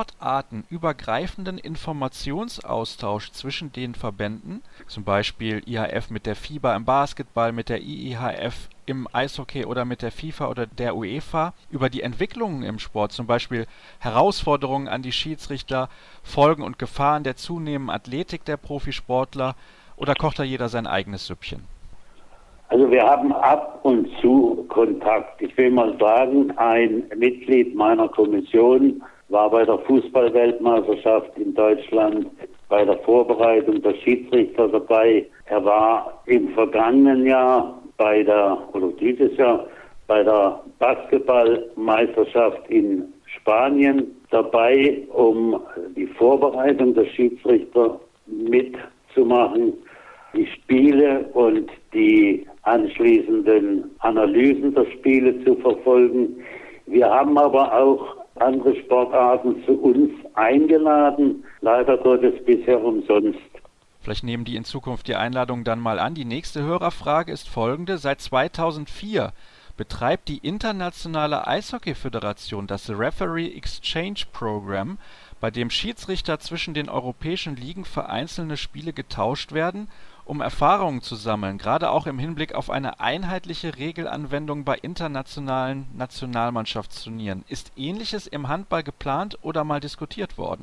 sportartenübergreifenden Informationsaustausch zwischen den Verbänden? Zum Beispiel I H F mit der FIBA im Basketball, mit der I I H F im Eishockey oder mit der FIFA oder der UEFA über die Entwicklungen im Sport, zum Beispiel Herausforderungen an die Schiedsrichter, Folgen und Gefahren der zunehmenden Athletik der Profisportler, oder kocht da jeder sein eigenes Süppchen? Also wir haben ab und zu Kontakt. Ich will mal sagen, ein Mitglied meiner Kommission war bei der Fußball-Weltmeisterschaft in Deutschland bei der Vorbereitung der Schiedsrichter dabei. Er war im vergangenen Jahr bei der, oder dieses Jahr, bei der Basketballmeisterschaft in Spanien dabei, um die Vorbereitung der Schiedsrichter mitzumachen, die Spiele und die anschließenden Analysen der Spiele zu verfolgen. Wir haben aber auch andere Sportarten zu uns eingeladen, leider Gottes bisher umsonst. Vielleicht nehmen die in Zukunft die Einladung dann mal an. Die nächste Hörerfrage ist folgende. Seit zweitausendvier betreibt die Internationale Eishockey-Föderation das Referee Exchange Program, bei dem Schiedsrichter zwischen den europäischen Ligen für einzelne Spiele getauscht werden, um Erfahrungen zu sammeln, gerade auch im Hinblick auf eine einheitliche Regelanwendung bei internationalen Nationalmannschaftsturnieren. Ist Ähnliches im Handball geplant oder mal diskutiert worden?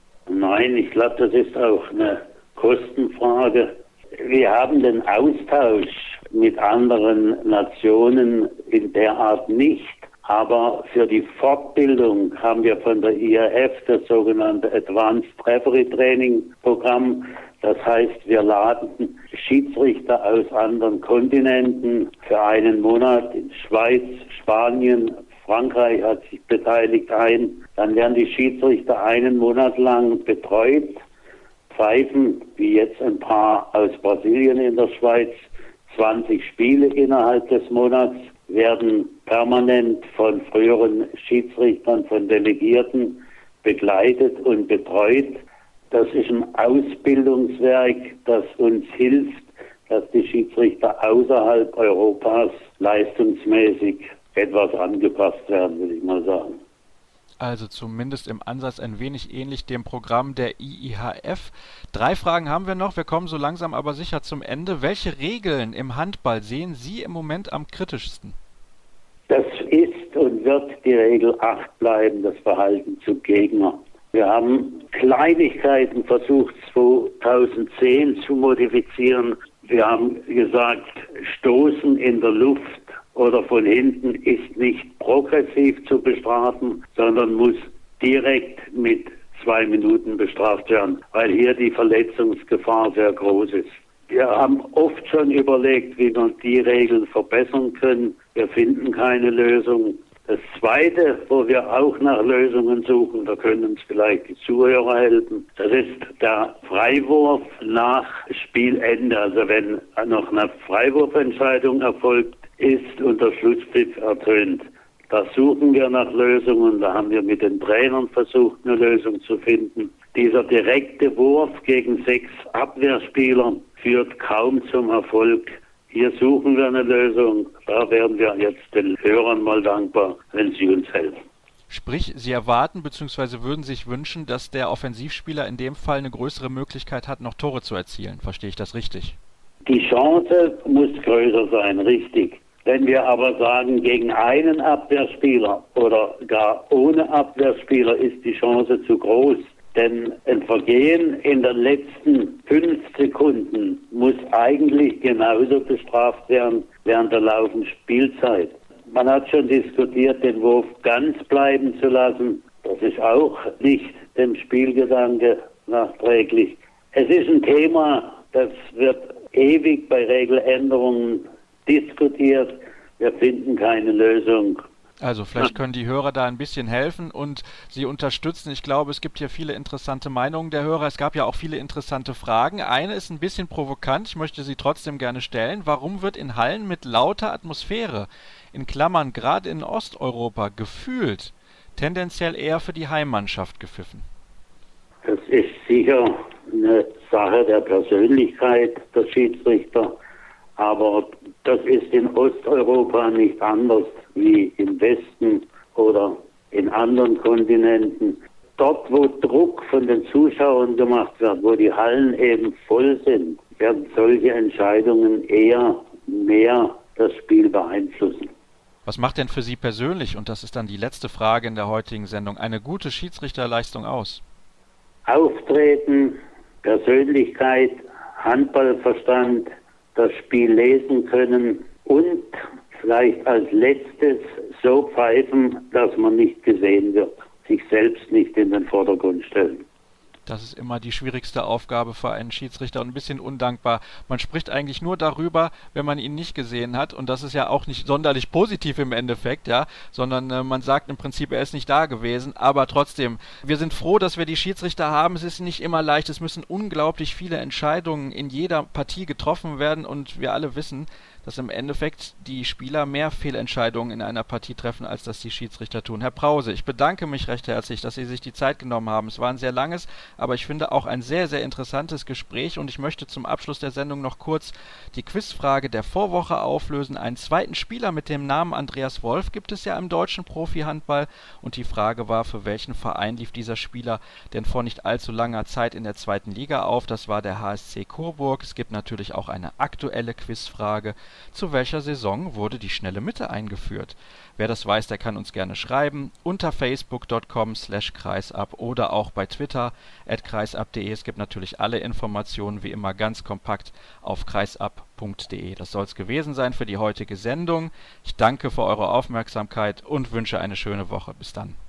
Nein, ich glaube, das ist auch eine Kostenfrage. Wir haben den Austausch mit anderen Nationen in der Art nicht. Aber für die Fortbildung haben wir von der I A F das sogenannte Advanced Referee Training Programm. Das heißt, wir laden Schiedsrichter aus anderen Kontinenten für einen Monat in Schweiz, Spanien, Frankreich hat sich beteiligt ein. Dann werden die Schiedsrichter einen Monat lang betreut, pfeifen, wie jetzt ein paar aus Brasilien in der Schweiz, zwanzig Spiele innerhalb des Monats, werden permanent von früheren Schiedsrichtern, von Delegierten begleitet und betreut. Das ist ein Ausbildungswerk, das uns hilft, dass die Schiedsrichter außerhalb Europas leistungsmäßig etwas angepasst werden, würde ich mal sagen. Also zumindest im Ansatz ein wenig ähnlich dem Programm der I I H F. Drei Fragen haben wir noch, wir kommen so langsam aber sicher zum Ende. Welche Regeln im Handball sehen Sie im Moment am kritischsten? Das ist und wird die Regel acht bleiben, das Verhalten zum Gegner. Wir haben Kleinigkeiten versucht zweitausendzehn zu modifizieren. Wir haben gesagt, Stoßen in der Luft oder von hinten ist nicht progressiv zu bestrafen, sondern muss direkt mit zwei Minuten bestraft werden, weil hier die Verletzungsgefahr sehr groß ist. Wir haben oft schon überlegt, wie wir die Regeln verbessern können. Wir finden keine Lösung. Das Zweite, wo wir auch nach Lösungen suchen, da können uns vielleicht die Zuhörer helfen, das ist der Freiwurf nach Spielende. Also wenn noch eine Freiwurfentscheidung erfolgt ist und der Schlusspfiff ertönt. Da suchen wir nach Lösungen, da haben wir mit den Trainern versucht, eine Lösung zu finden. Dieser direkte Wurf gegen sechs Abwehrspieler führt kaum zum Erfolg. Hier suchen wir eine Lösung. Da wären wir jetzt den Hörern mal dankbar, wenn sie uns helfen. Sprich, Sie erwarten bzw. würden sich wünschen, dass der Offensivspieler in dem Fall eine größere Möglichkeit hat, noch Tore zu erzielen. Verstehe ich das richtig? Die Chance muss größer sein, richtig. Wenn wir aber sagen, gegen einen Abwehrspieler oder gar ohne Abwehrspieler ist die Chance zu groß. Denn ein Vergehen in den letzten fünf Sekunden muss eigentlich genauso bestraft werden während der laufenden Spielzeit. Man hat schon diskutiert, den Wurf ganz bleiben zu lassen. Das ist auch nicht dem Spielgedanke nachträglich. Es ist ein Thema, das wird ewig bei Regeländerungen diskutiert. Wir finden keine Lösung. Also vielleicht können die Hörer da ein bisschen helfen und Sie unterstützen. Ich glaube, es gibt hier viele interessante Meinungen der Hörer. Es gab ja auch viele interessante Fragen. Eine ist ein bisschen provokant. Ich möchte sie trotzdem gerne stellen. Warum wird in Hallen mit lauter Atmosphäre, in Klammern gerade in Osteuropa, gefühlt tendenziell eher für die Heimmannschaft gepfiffen? Das ist sicher eine Sache der Persönlichkeit der Schiedsrichter. Aber das ist in Osteuropa nicht anders wie im Westen oder in anderen Kontinenten. Dort, wo Druck von den Zuschauern gemacht wird, wo die Hallen eben voll sind, werden solche Entscheidungen eher mehr das Spiel beeinflussen. Was macht denn für Sie persönlich, und das ist dann die letzte Frage in der heutigen Sendung, eine gute Schiedsrichterleistung aus? Auftreten, Persönlichkeit, Handballverstand, das Spiel lesen können und vielleicht als letztes so pfeifen, dass man nicht gesehen wird, sich selbst nicht in den Vordergrund stellen. Das ist immer die schwierigste Aufgabe für einen Schiedsrichter und ein bisschen undankbar. Man spricht eigentlich nur darüber, wenn man ihn nicht gesehen hat, und das ist ja auch nicht sonderlich positiv im Endeffekt, ja, sondern äh, man sagt im Prinzip, er ist nicht da gewesen, aber trotzdem, wir sind froh, dass wir die Schiedsrichter haben. Es ist nicht immer leicht, es müssen unglaublich viele Entscheidungen in jeder Partie getroffen werden und wir alle wissen, dass im Endeffekt die Spieler mehr Fehlentscheidungen in einer Partie treffen, als das die Schiedsrichter tun. Herr Prause, ich bedanke mich recht herzlich, dass Sie sich die Zeit genommen haben. Es war ein sehr langes, aber ich finde auch ein sehr, sehr interessantes Gespräch und ich möchte zum Abschluss der Sendung noch kurz die Quizfrage der Vorwoche auflösen. Einen zweiten Spieler mit dem Namen Andreas Wolf gibt es ja im deutschen Profi-Handball und die Frage war, für welchen Verein lief dieser Spieler denn vor nicht allzu langer Zeit in der zweiten Liga auf? Das war der H S C Coburg. Es gibt natürlich auch eine aktuelle Quizfrage. Zu welcher Saison wurde die schnelle Mitte eingeführt? Wer das weiß, der kann uns gerne schreiben unter facebook punkt com slash kreisab oder auch bei Twitter at kreisab punkt de. Es gibt natürlich alle Informationen wie immer ganz kompakt auf kreisab punkt de. Das soll es gewesen sein für die heutige Sendung. Ich danke für eure Aufmerksamkeit und wünsche eine schöne Woche. Bis dann.